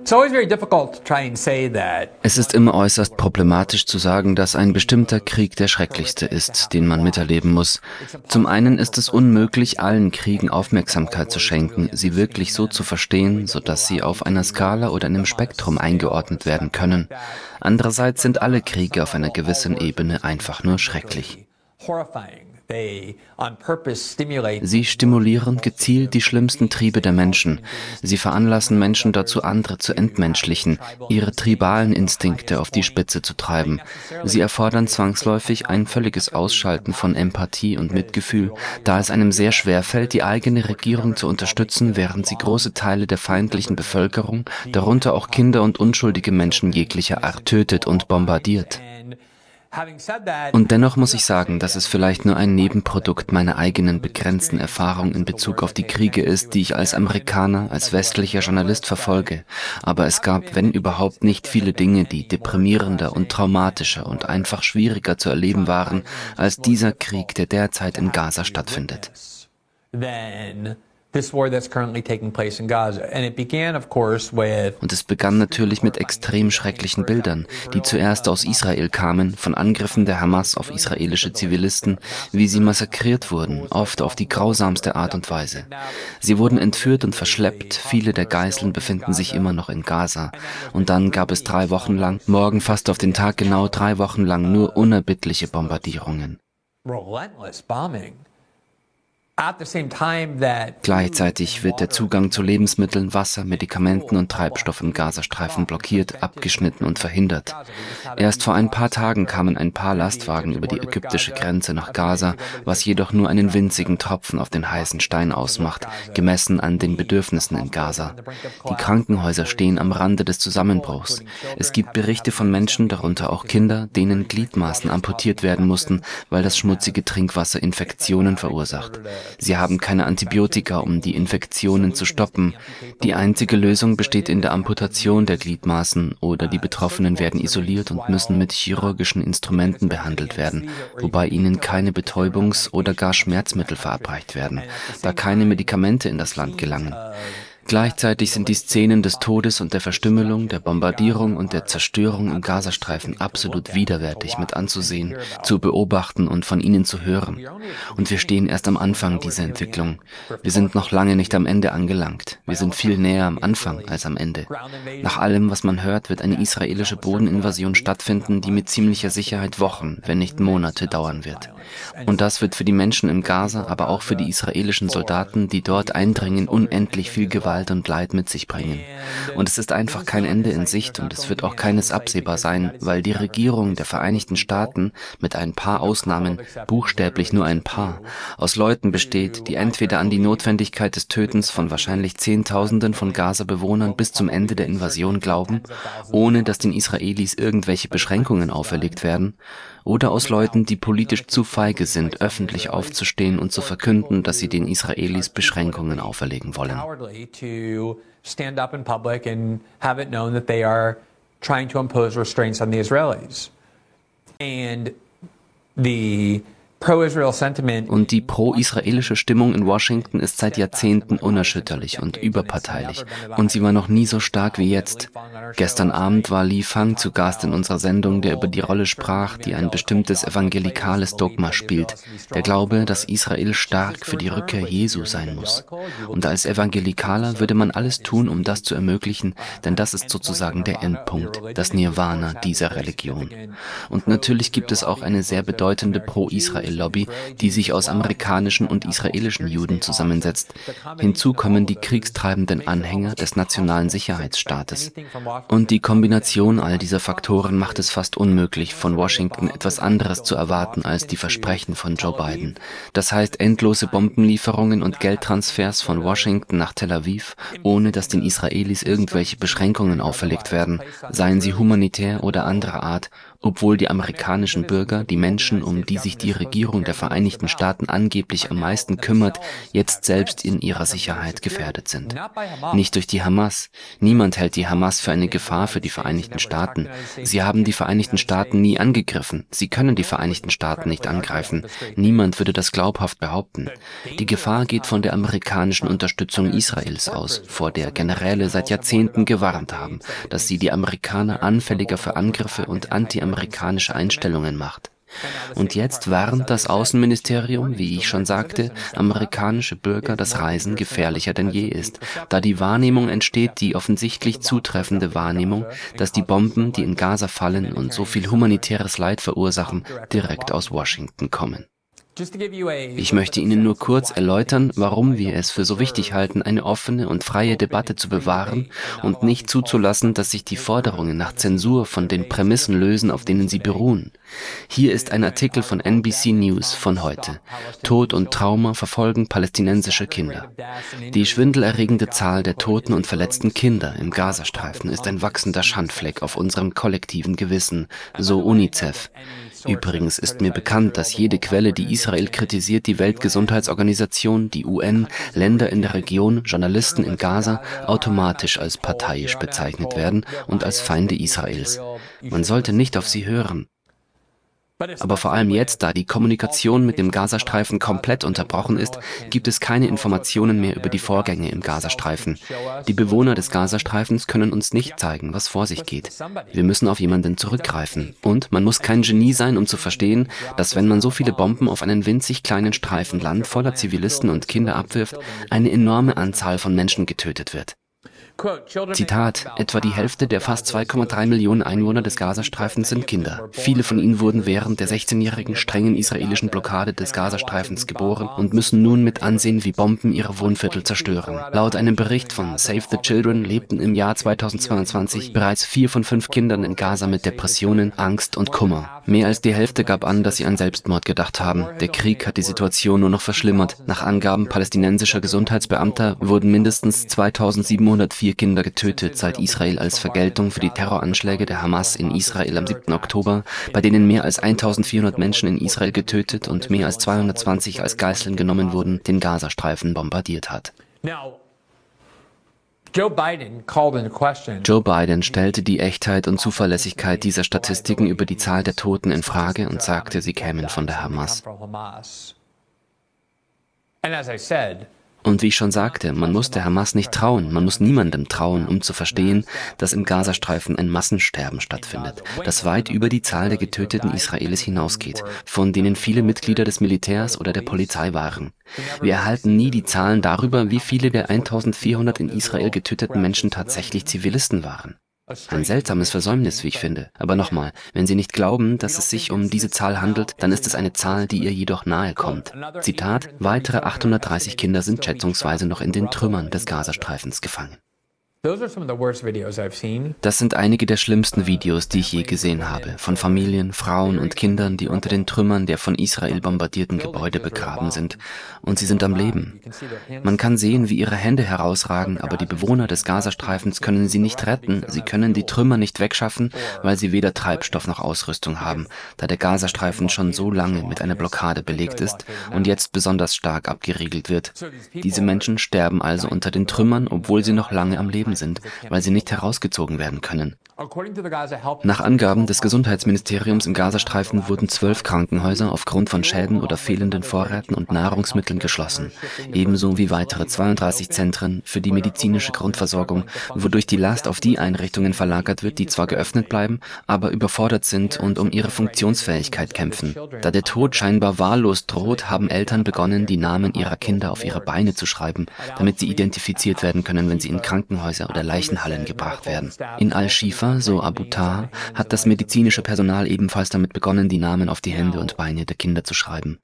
Es ist immer äußerst problematisch zu sagen, dass ein bestimmter Krieg der schrecklichste ist, den man miterleben muss. Zum einen ist es unmöglich, allen Kriegen Aufmerksamkeit zu schenken, sie wirklich so zu verstehen, sodass sie auf einer Skala oder einem Spektrum eingeordnet werden können. Andererseits sind alle Kriege auf einer gewissen Ebene einfach nur schrecklich. Sie stimulieren gezielt die schlimmsten Triebe der Menschen. Sie veranlassen Menschen dazu, andere zu entmenschlichen, ihre tribalen Instinkte auf die Spitze zu treiben. Sie erfordern zwangsläufig ein völliges Ausschalten von Empathie und Mitgefühl, da es einem sehr schwer fällt, die eigene Regierung zu unterstützen, während sie große Teile der feindlichen Bevölkerung, darunter auch Kinder und unschuldige Menschen jeglicher Art, tötet und bombardiert. Und dennoch muss ich sagen, dass es vielleicht nur ein Nebenprodukt meiner eigenen begrenzten Erfahrung in Bezug auf die Kriege ist, die ich als Amerikaner, als westlicher Journalist verfolge. Aber es gab, wenn überhaupt, nicht viele Dinge, die deprimierender und traumatischer und einfach schwieriger zu erleben waren, als dieser Krieg, der derzeit in Gaza stattfindet. Und es begann natürlich mit extrem schrecklichen Bildern, die zuerst aus Israel kamen, von Angriffen der Hamas auf israelische Zivilisten, wie sie massakriert wurden, oft auf die grausamste Art und Weise. Sie wurden entführt und verschleppt, viele der Geiseln befinden sich immer noch in Gaza. Und dann gab es 3 Wochen lang, morgen fast auf den Tag genau 3 Wochen lang nur unerbittliche Bombardierungen. Gleichzeitig wird der Zugang zu Lebensmitteln, Wasser, Medikamenten und Treibstoff im Gazastreifen blockiert, abgeschnitten und verhindert. Erst vor ein paar Tagen kamen ein paar Lastwagen über die ägyptische Grenze nach Gaza, was jedoch nur einen winzigen Tropfen auf den heißen Stein ausmacht, gemessen an den Bedürfnissen in Gaza. Die Krankenhäuser stehen am Rande des Zusammenbruchs. Es gibt Berichte von Menschen, darunter auch Kinder, denen Gliedmaßen amputiert werden mussten, weil das schmutzige Trinkwasser Infektionen verursacht. Sie haben keine Antibiotika, um die Infektionen zu stoppen. Die einzige Lösung besteht in der Amputation der Gliedmaßen oder die Betroffenen werden isoliert und müssen mit chirurgischen Instrumenten behandelt werden, wobei ihnen keine Betäubungs- oder gar Schmerzmittel verabreicht werden, da keine Medikamente in das Land gelangen. Gleichzeitig sind die Szenen des Todes und der Verstümmelung, der Bombardierung und der Zerstörung im Gazastreifen absolut widerwärtig mit anzusehen, zu beobachten und von ihnen zu hören. Und wir stehen erst am Anfang dieser Entwicklung. Wir sind noch lange nicht am Ende angelangt. Wir sind viel näher am Anfang als am Ende. Nach allem, was man hört, wird eine israelische Bodeninvasion stattfinden, die mit ziemlicher Sicherheit Wochen, wenn nicht Monate dauern wird. Und das wird für die Menschen im Gaza, aber auch für die israelischen Soldaten, die dort eindringen, unendlich viel Gewalt und Leid mit sich bringen. Und es ist einfach kein Ende in Sicht und es wird auch keines absehbar sein, weil die Regierung der Vereinigten Staaten mit ein paar Ausnahmen, buchstäblich nur ein paar, aus Leuten besteht, die entweder an die Notwendigkeit des Tötens von wahrscheinlich Zehntausenden von Gaza-Bewohnern bis zum Ende der Invasion glauben, ohne dass den Israelis irgendwelche Beschränkungen auferlegt werden, oder aus Leuten, die politisch zu feige sind, öffentlich aufzustehen und zu verkünden, dass sie den Israelis Beschränkungen auferlegen wollen. Und die pro-israelische Stimmung in Washington ist seit Jahrzehnten unerschütterlich und überparteilich. Und sie war noch nie so stark wie jetzt. Gestern Abend war Lee Fang zu Gast in unserer Sendung, der über die Rolle sprach, die ein bestimmtes evangelikales Dogma spielt. Der Glaube, dass Israel stark für die Rückkehr Jesu sein muss. Und als Evangelikaler würde man alles tun, um das zu ermöglichen, denn das ist sozusagen der Endpunkt, das Nirvana dieser Religion. Und natürlich gibt es auch eine sehr bedeutende Pro-Israel-Lobby, die sich aus amerikanischen und israelischen Juden zusammensetzt. Hinzu kommen die kriegstreibenden Anhänger des nationalen Sicherheitsstaates. Und die Kombination all dieser Faktoren macht es fast unmöglich, von Washington etwas anderes zu erwarten als die Versprechen von Joe Biden. Das heißt endlose Bombenlieferungen und Geldtransfers von Washington nach Tel Aviv, ohne dass den Israelis irgendwelche Beschränkungen auferlegt werden, seien sie humanitär oder anderer Art, Obwohl die amerikanischen Bürger, die Menschen, um die sich die Regierung der Vereinigten Staaten angeblich am meisten kümmert, jetzt selbst in ihrer Sicherheit gefährdet sind. Nicht durch die Hamas. Niemand hält die Hamas für eine Gefahr für die Vereinigten Staaten. Sie haben die Vereinigten Staaten nie angegriffen. Sie können die Vereinigten Staaten nicht angreifen. Niemand würde das glaubhaft behaupten. Die Gefahr geht von der amerikanischen Unterstützung Israels aus, vor der Generäle seit Jahrzehnten gewarnt haben, dass sie die Amerikaner anfälliger für Angriffe und anti-amerikanische Einstellungen macht. Und jetzt warnt das Außenministerium, wie ich schon sagte, amerikanische Bürger, dass Reisen gefährlicher denn je ist, da die Wahrnehmung entsteht, die offensichtlich zutreffende Wahrnehmung, dass die Bomben, die in Gaza fallen und so viel humanitäres Leid verursachen, direkt aus Washington kommen. Ich möchte Ihnen nur kurz erläutern, warum wir es für so wichtig halten, eine offene und freie Debatte zu bewahren und nicht zuzulassen, dass sich die Forderungen nach Zensur von den Prämissen lösen, auf denen sie beruhen. Hier ist ein Artikel von NBC News von heute. Tod und Trauma verfolgen palästinensische Kinder. Die schwindelerregende Zahl der toten und verletzten Kinder im Gazastreifen ist ein wachsender Schandfleck auf unserem kollektiven Gewissen, so UNICEF. Übrigens ist mir bekannt, dass jede Quelle, die Israel kritisiert, die Weltgesundheitsorganisation, die UN, Länder in der Region, Journalisten in Gaza automatisch als parteiisch bezeichnet werden und als Feinde Israels. Man sollte nicht auf sie hören. Aber vor allem jetzt, da die Kommunikation mit dem Gazastreifen komplett unterbrochen ist, gibt es keine Informationen mehr über die Vorgänge im Gazastreifen. Die Bewohner des Gazastreifens können uns nicht zeigen, was vor sich geht. Wir müssen auf jemanden zurückgreifen. Und man muss kein Genie sein, um zu verstehen, dass wenn man so viele Bomben auf einen winzig kleinen Streifen Land voller Zivilisten und Kinder abwirft, eine enorme Anzahl von Menschen getötet wird. Zitat: Etwa die Hälfte der fast 2,3 Millionen Einwohner des Gazastreifens sind Kinder. Viele von ihnen wurden während der 16-jährigen strengen israelischen Blockade des Gazastreifens geboren und müssen nun mit ansehen, wie Bomben ihre Wohnviertel zerstören. Laut einem Bericht von Save the Children lebten im Jahr 2022 bereits 4 von 5 Kindern in Gaza mit Depressionen, Angst und Kummer. Mehr als die Hälfte gab an, dass sie an Selbstmord gedacht haben. Der Krieg hat die Situation nur noch verschlimmert. Nach Angaben palästinensischer Gesundheitsbeamter wurden mindestens 2704 Kinder getötet, seit Israel als Vergeltung für die Terroranschläge der Hamas in Israel am 7. Oktober, bei denen mehr als 1400 Menschen in Israel getötet und mehr als 220 als Geiseln genommen wurden, den Gazastreifen bombardiert hat. Joe Biden stellte die Echtheit und Zuverlässigkeit dieser Statistiken über die Zahl der Toten in Frage und sagte, sie kämen von der Hamas. Und wie ich schon sagte, man muss der Hamas nicht trauen, man muss niemandem trauen, um zu verstehen, dass im Gazastreifen ein Massensterben stattfindet, das weit über die Zahl der getöteten Israelis hinausgeht, von denen viele Mitglieder des Militärs oder der Polizei waren. Wir erhalten nie die Zahlen darüber, wie viele der 1400 in Israel getöteten Menschen tatsächlich Zivilisten waren. Ein seltsames Versäumnis, wie ich finde. Aber nochmal, wenn Sie nicht glauben, dass es sich um diese Zahl handelt, dann ist es eine Zahl, die ihr jedoch nahe kommt. Zitat: Weitere 830 Kinder sind schätzungsweise noch in den Trümmern des Gazastreifens gefangen. Das sind einige der schlimmsten Videos, die ich je gesehen habe, von Familien, Frauen und Kindern, die unter den Trümmern der von Israel bombardierten Gebäude begraben sind. Und sie sind am Leben. Man kann sehen, wie ihre Hände herausragen, aber die Bewohner des Gazastreifens können sie nicht retten. Sie können die Trümmer nicht wegschaffen, weil sie weder Treibstoff noch Ausrüstung haben, da der Gazastreifen schon so lange mit einer Blockade belegt ist und jetzt besonders stark abgeriegelt wird. Diese Menschen sterben also unter den Trümmern, obwohl sie noch lange am Leben sind, weil sie nicht herausgezogen werden können. Nach Angaben des Gesundheitsministeriums im Gazastreifen wurden 12 Krankenhäuser aufgrund von Schäden oder fehlenden Vorräten und Nahrungsmitteln geschlossen, ebenso wie weitere 32 Zentren für die medizinische Grundversorgung, wodurch die Last auf die Einrichtungen verlagert wird, die zwar geöffnet bleiben, aber überfordert sind und um ihre Funktionsfähigkeit kämpfen. Da der Tod scheinbar wahllos droht, haben Eltern begonnen, die Namen ihrer Kinder auf ihre Beine zu schreiben, damit sie identifiziert werden können, wenn sie in Krankenhäuser oder Leichenhallen gebracht werden. In Al-Shifa, so Abu Taha, hat das medizinische Personal ebenfalls damit begonnen, die Namen auf die Hände und Beine der Kinder zu schreiben.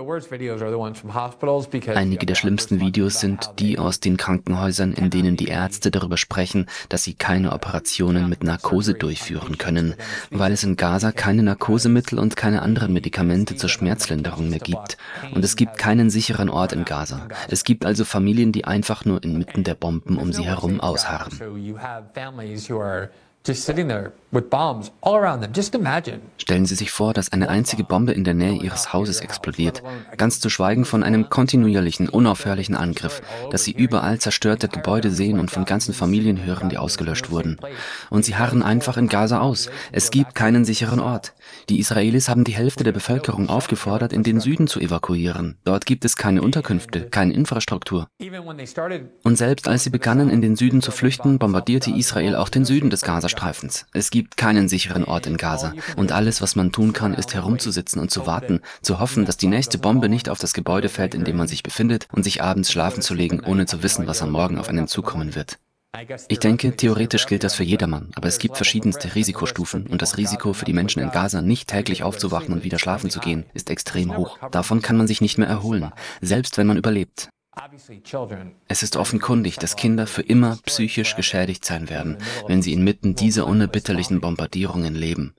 Einige der schlimmsten Videos sind die aus den Krankenhäusern, in denen die Ärzte darüber sprechen, dass sie keine Operationen mit Narkose durchführen können, weil es in Gaza keine Narkosemittel und keine anderen Medikamente zur Schmerzlinderung mehr gibt. Und es gibt keinen sicheren Ort in Gaza. Es gibt also Familien, die einfach nur inmitten der Bomben um sie herum ausharren. just sitting there with bombs all around them. Just imagine. Stellen Sie sich vor, dass eine einzige Bombe in der Nähe Ihres Hauses explodiert, ganz zu schweigen von einem kontinuierlichen, unaufhörlichen Angriff, dass Sie überall zerstörte Gebäude sehen und von ganzen Familien hören, die ausgelöscht wurden. Und sie harren einfach in Gaza aus. Es gibt keinen sicheren Ort. Die Israelis haben die Hälfte der Bevölkerung aufgefordert, in den Süden zu evakuieren. Dort gibt es keine Unterkünfte, keine Infrastruktur. Und selbst als sie begannen, in den Süden zu flüchten, bombardierte Israel auch den Süden des Gazastreifens. Es gibt keinen sicheren Ort in Gaza. Und alles, was man tun kann, ist herumzusitzen und zu warten, zu hoffen, dass die nächste Bombe nicht auf das Gebäude fällt, in dem man sich befindet, und sich abends schlafen zu legen, ohne zu wissen, was am Morgen auf einen zukommen wird. Ich denke, theoretisch gilt das für jedermann, aber es gibt verschiedenste Risikostufen und das Risiko für die Menschen in Gaza, nicht täglich aufzuwachen und wieder schlafen zu gehen, ist extrem hoch. Davon kann man sich nicht mehr erholen, selbst wenn man überlebt. Es ist offenkundig, dass Kinder für immer psychisch geschädigt sein werden, wenn sie inmitten dieser unerbitterlichen Bombardierungen leben.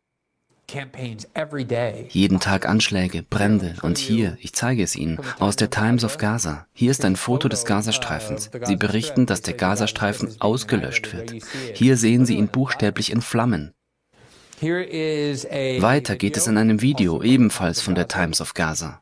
Jeden Tag Anschläge, Brände und hier, ich zeige es Ihnen, aus der Times of Gaza. Hier ist ein Foto des Gazastreifens. Sie berichten, dass der Gazastreifen ausgelöscht wird. Hier sehen Sie ihn buchstäblich in Flammen. Weiter geht es in einem Video, ebenfalls von der Times of Gaza.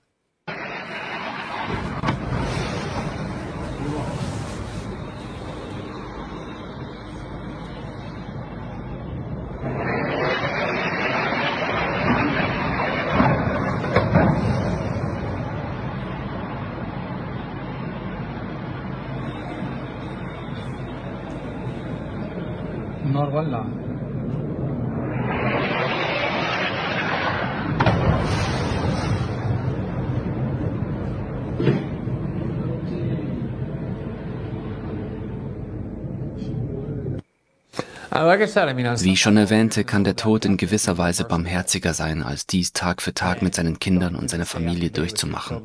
النار ولع. Wie ich schon erwähnte, kann der Tod in gewisser Weise barmherziger sein, als dies Tag für Tag mit seinen Kindern und seiner Familie durchzumachen.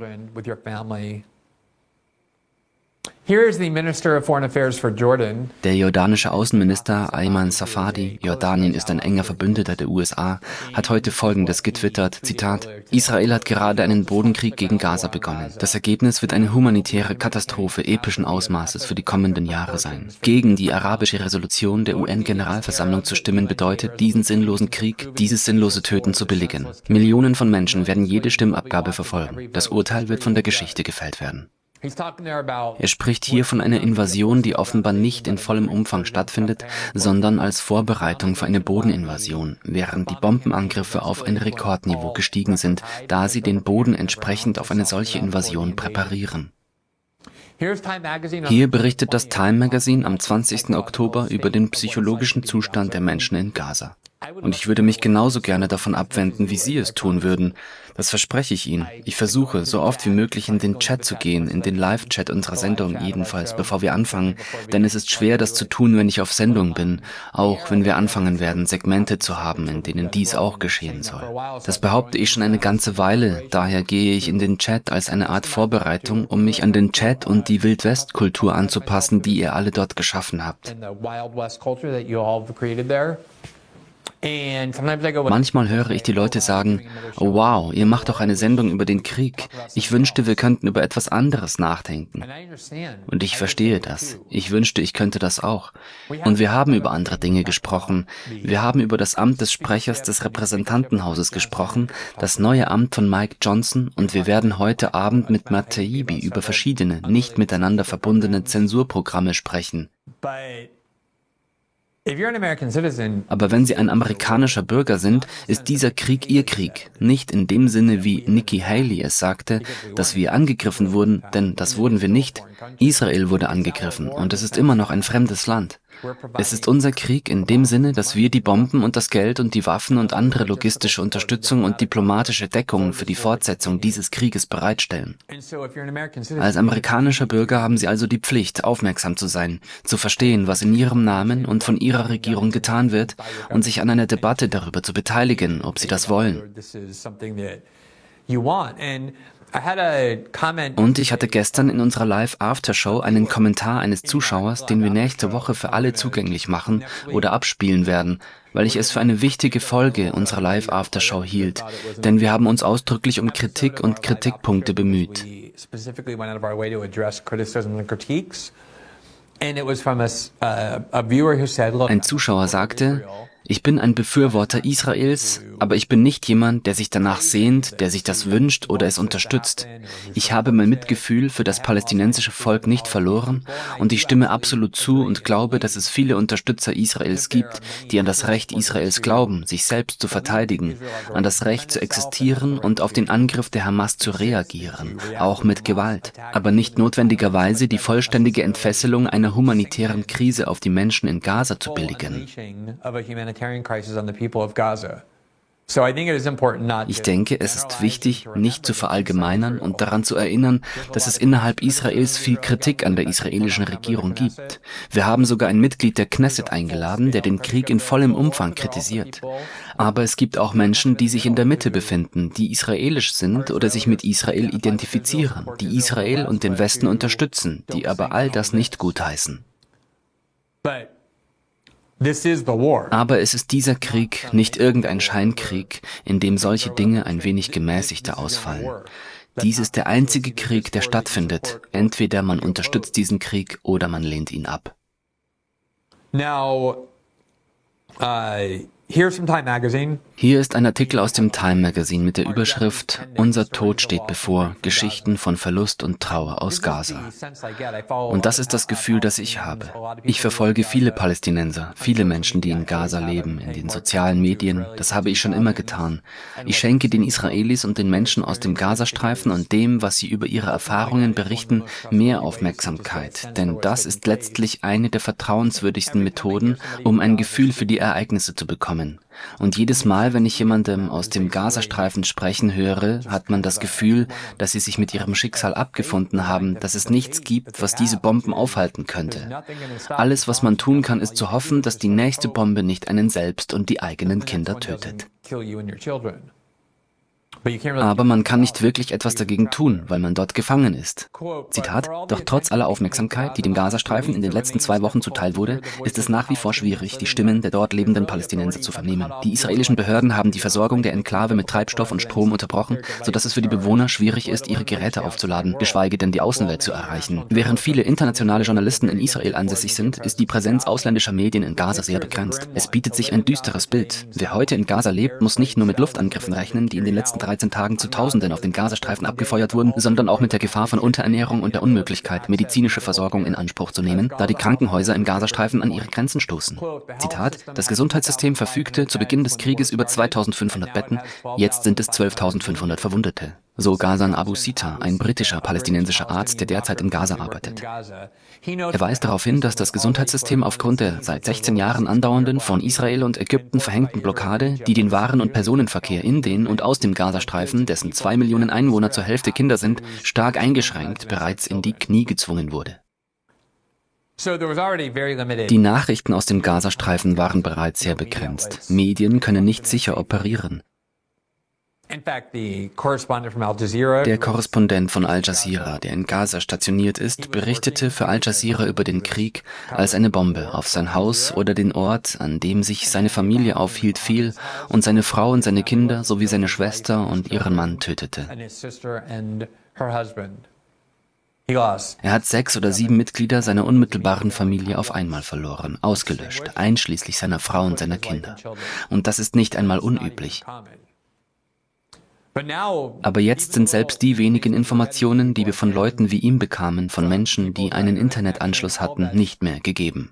Der jordanische Außenminister Ayman Safadi, Jordanien ist ein enger Verbündeter der USA, hat heute Folgendes getwittert, Zitat, Israel hat gerade einen Bodenkrieg gegen Gaza begonnen. Das Ergebnis wird eine humanitäre Katastrophe epischen Ausmaßes für die kommenden Jahre sein. Gegen die arabische Resolution der UN-Generalversammlung zu stimmen bedeutet, diesen sinnlosen Krieg, dieses sinnlose Töten zu billigen. Millionen von Menschen werden jede Stimmabgabe verfolgen. Das Urteil wird von der Geschichte gefällt werden. Er spricht hier von einer Invasion, die offenbar nicht in vollem Umfang stattfindet, sondern als Vorbereitung für eine Bodeninvasion, während die Bombenangriffe auf ein Rekordniveau gestiegen sind, da sie den Boden entsprechend auf eine solche Invasion präparieren. Hier berichtet das Time Magazine am 20. Oktober über den psychologischen Zustand der Menschen in Gaza. Und ich würde mich genauso gerne davon abwenden, wie Sie es tun würden. Das verspreche ich Ihnen. Ich versuche, so oft wie möglich in den Chat zu gehen, in den Live-Chat unserer Sendung jedenfalls, bevor wir anfangen. Denn es ist schwer, das zu tun, wenn ich auf Sendung bin. Auch wenn wir anfangen werden, Segmente zu haben, in denen dies auch geschehen soll. Das behaupte ich schon eine ganze Weile. Daher gehe ich in den Chat als eine Art Vorbereitung, um mich an den Chat und die Wild-West-Kultur anzupassen, die ihr alle dort geschaffen habt. Manchmal höre ich die Leute sagen, oh wow, ihr macht doch eine Sendung über den Krieg. Ich wünschte, wir könnten über etwas anderes nachdenken. Und ich verstehe das. Ich wünschte, ich könnte das auch. Und wir haben über andere Dinge gesprochen. Wir haben über das Amt des Sprechers des Repräsentantenhauses gesprochen, das neue Amt von Mike Johnson, und wir werden heute Abend mit Matt Taibbi über verschiedene, nicht miteinander verbundene Zensurprogramme sprechen. Aber wenn Sie ein amerikanischer Bürger sind, ist dieser Krieg Ihr Krieg. Nicht in dem Sinne, wie Nikki Haley es sagte, dass wir angegriffen wurden, denn das wurden wir nicht. Israel wurde angegriffen und es ist immer noch ein fremdes Land. Es ist unser Krieg in dem Sinne, dass wir die Bomben und das Geld und die Waffen und andere logistische Unterstützung und diplomatische Deckung für die Fortsetzung dieses Krieges bereitstellen. Als amerikanischer Bürger haben Sie also die Pflicht, aufmerksam zu sein, zu verstehen, was in Ihrem Namen und von Ihrer Regierung getan wird und sich an einer Debatte darüber zu beteiligen, ob Sie das wollen. Und ich hatte gestern in unserer Live-After-Show einen Kommentar eines Zuschauers, den wir nächste Woche für alle zugänglich machen oder abspielen werden, weil ich es für eine wichtige Folge unserer Live-After-Show hielt, denn wir haben uns ausdrücklich um Kritik und Kritikpunkte bemüht. Ein Zuschauer sagte, Ich bin ein Befürworter Israels, aber ich bin nicht jemand, der sich danach sehnt, der sich das wünscht oder es unterstützt. Ich habe mein Mitgefühl für das palästinensische Volk nicht verloren und ich stimme absolut zu und glaube, dass es viele Unterstützer Israels gibt, die an das Recht Israels glauben, sich selbst zu verteidigen, an das Recht zu existieren und auf den Angriff der Hamas zu reagieren, auch mit Gewalt, aber nicht notwendigerweise die vollständige Entfesselung einer humanitären Krise auf die Menschen in Gaza zu billigen. Ich denke, es ist wichtig, nicht zu verallgemeinern und daran zu erinnern, dass es innerhalb Israels viel Kritik an der israelischen Regierung gibt. Wir haben sogar ein Mitglied der Knesset eingeladen, der den Krieg in vollem Umfang kritisiert. Aber es gibt auch Menschen, die sich in der Mitte befinden, die israelisch sind oder sich mit Israel identifizieren, die Israel und den Westen unterstützen, die aber all das nicht gutheißen. Aber es ist dieser Krieg, nicht irgendein Scheinkrieg, in dem solche Dinge ein wenig gemäßigter ausfallen. Dies ist der einzige Krieg, der stattfindet. Entweder man unterstützt diesen Krieg oder man lehnt ihn ab. Here's from Time Magazine. Hier ist ein Artikel aus dem Time Magazine mit der Überschrift »Unser Tod steht bevor. Geschichten von Verlust und Trauer aus Gaza«. Und das ist das Gefühl, das ich habe. Ich verfolge viele Palästinenser, viele Menschen, die in Gaza leben, in den sozialen Medien. Das habe ich schon immer getan. Ich schenke den Israelis und den Menschen aus dem Gazastreifen und dem, was sie über ihre Erfahrungen berichten, mehr Aufmerksamkeit. Denn das ist letztlich eine der vertrauenswürdigsten Methoden, um ein Gefühl für die Ereignisse zu bekommen. Und jedes Mal, wenn ich jemandem aus dem Gazastreifen sprechen höre, hat man das Gefühl, dass sie sich mit ihrem Schicksal abgefunden haben, dass es nichts gibt, was diese Bomben aufhalten könnte. Alles, was man tun kann, ist zu hoffen, dass die nächste Bombe nicht einen selbst und die eigenen Kinder tötet. Aber man kann nicht wirklich etwas dagegen tun, weil man dort gefangen ist. Zitat: Doch trotz aller Aufmerksamkeit, die dem Gazastreifen in den letzten 2 Wochen zuteil wurde, ist es nach wie vor schwierig, die Stimmen der dort lebenden Palästinenser zu vernehmen. Die israelischen Behörden haben die Versorgung der Enklave mit Treibstoff und Strom unterbrochen, sodass es für die Bewohner schwierig ist, ihre Geräte aufzuladen, geschweige denn die Außenwelt zu erreichen. Während viele internationale Journalisten in Israel ansässig sind, ist die Präsenz ausländischer Medien in Gaza sehr begrenzt. Es bietet sich ein düsteres Bild. Wer heute in Gaza lebt, muss nicht nur mit Luftangriffen rechnen, die in den letzten 13 Tagen zu Tausenden auf den Gazastreifen abgefeuert wurden, sondern auch mit der Gefahr von Unterernährung und der Unmöglichkeit, medizinische Versorgung in Anspruch zu nehmen, da die Krankenhäuser im Gazastreifen an ihre Grenzen stoßen. Zitat: Das Gesundheitssystem verfügte zu Beginn des Krieges über 2500 Betten, jetzt sind es 12.500 Verwundete. So Ghassan Abu Sita, ein britischer palästinensischer Arzt, der derzeit in Gaza arbeitet. Er weist darauf hin, dass das Gesundheitssystem aufgrund der seit 16 Jahren andauernden, von Israel und Ägypten verhängten Blockade, die den Waren- und Personenverkehr in den und aus dem Gazastreifen, dessen 2 Millionen Einwohner zur Hälfte Kinder sind, stark eingeschränkt, bereits in die Knie gezwungen wurde. Die Nachrichten aus dem Gazastreifen waren bereits sehr begrenzt. Medien können nicht sicher operieren. Der Korrespondent von Al Jazeera, der in Gaza stationiert ist, berichtete für Al Jazeera über den Krieg, als eine Bombe auf sein Haus oder den Ort, an dem sich seine Familie aufhielt, fiel und seine Frau und seine Kinder sowie seine Schwester und ihren Mann tötete. Er hat 6 oder 7 Mitglieder seiner unmittelbaren Familie auf einmal verloren, ausgelöscht, einschließlich seiner Frau und seiner Kinder. Und das ist nicht einmal unüblich. Aber jetzt sind selbst die wenigen Informationen, die wir von Leuten wie ihm bekamen, von Menschen, die einen Internetanschluss hatten, nicht mehr gegeben.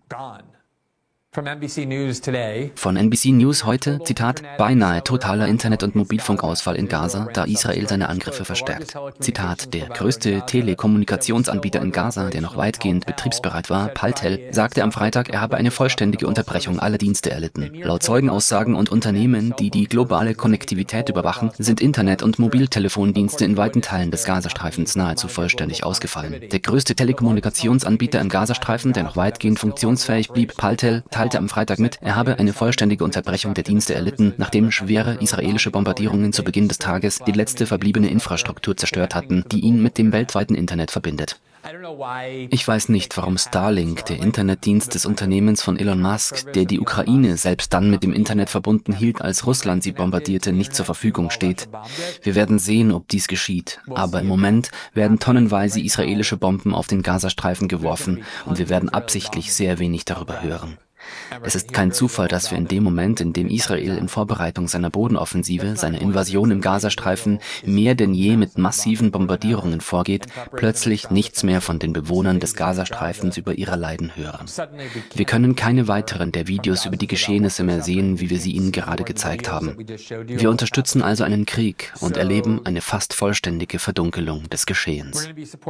Von NBC News heute, Zitat: Beinahe totaler Internet- und Mobilfunkausfall in Gaza, da Israel seine Angriffe verstärkt. Zitat: Der größte Telekommunikationsanbieter in Gaza, der noch weitgehend betriebsbereit war, Paltel, sagte am Freitag, er habe eine vollständige Unterbrechung aller Dienste erlitten. Laut Zeugenaussagen und Unternehmen, die die globale Konnektivität überwachen, sind Internet- und Mobiltelefondienste in weiten Teilen des Gazastreifens nahezu vollständig ausgefallen. Der größte Telekommunikationsanbieter im Gazastreifen, der noch weitgehend funktionsfähig blieb, Paltel, teilte am Freitag mit, er habe eine vollständige Unterbrechung der Dienste erlitten, nachdem schwere israelische Bombardierungen zu Beginn des Tages die letzte verbliebene Infrastruktur zerstört hatten, die ihn mit dem weltweiten Internet verbindet. Ich weiß nicht, warum Starlink, der Internetdienst des Unternehmens von Elon Musk, der die Ukraine selbst dann mit dem Internet verbunden hielt, als Russland sie bombardierte, nicht zur Verfügung steht. Wir werden sehen, ob dies geschieht. Aber im Moment werden tonnenweise israelische Bomben auf den Gazastreifen geworfen und wir werden absichtlich sehr wenig darüber hören. Es ist kein Zufall, dass wir in dem Moment, in dem Israel in Vorbereitung seiner Bodenoffensive, seiner Invasion im Gazastreifen mehr denn je mit massiven Bombardierungen vorgeht, plötzlich nichts mehr von den Bewohnern des Gazastreifens über ihre Leiden hören. Wir können keine weiteren der Videos über die Geschehnisse mehr sehen, wie wir sie Ihnen gerade gezeigt haben. Wir unterstützen also einen Krieg und erleben eine fast vollständige Verdunkelung des Geschehens.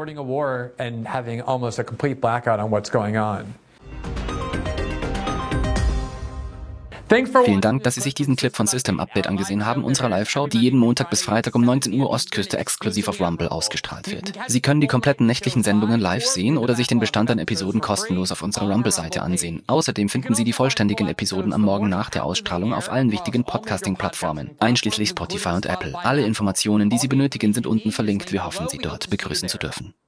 Vielen Dank, dass Sie sich diesen Clip von System Update angesehen haben, unserer Live-Show, die jeden Montag bis Freitag um 19 Uhr Ostküste exklusiv auf Rumble ausgestrahlt wird. Sie können die kompletten nächtlichen Sendungen live sehen oder sich den Bestand an Episoden kostenlos auf unserer Rumble-Seite ansehen. Außerdem finden Sie die vollständigen Episoden am Morgen nach der Ausstrahlung auf allen wichtigen Podcasting-Plattformen, einschließlich Spotify und Apple. Alle Informationen, die Sie benötigen, sind unten verlinkt. Wir hoffen, Sie dort begrüßen zu dürfen.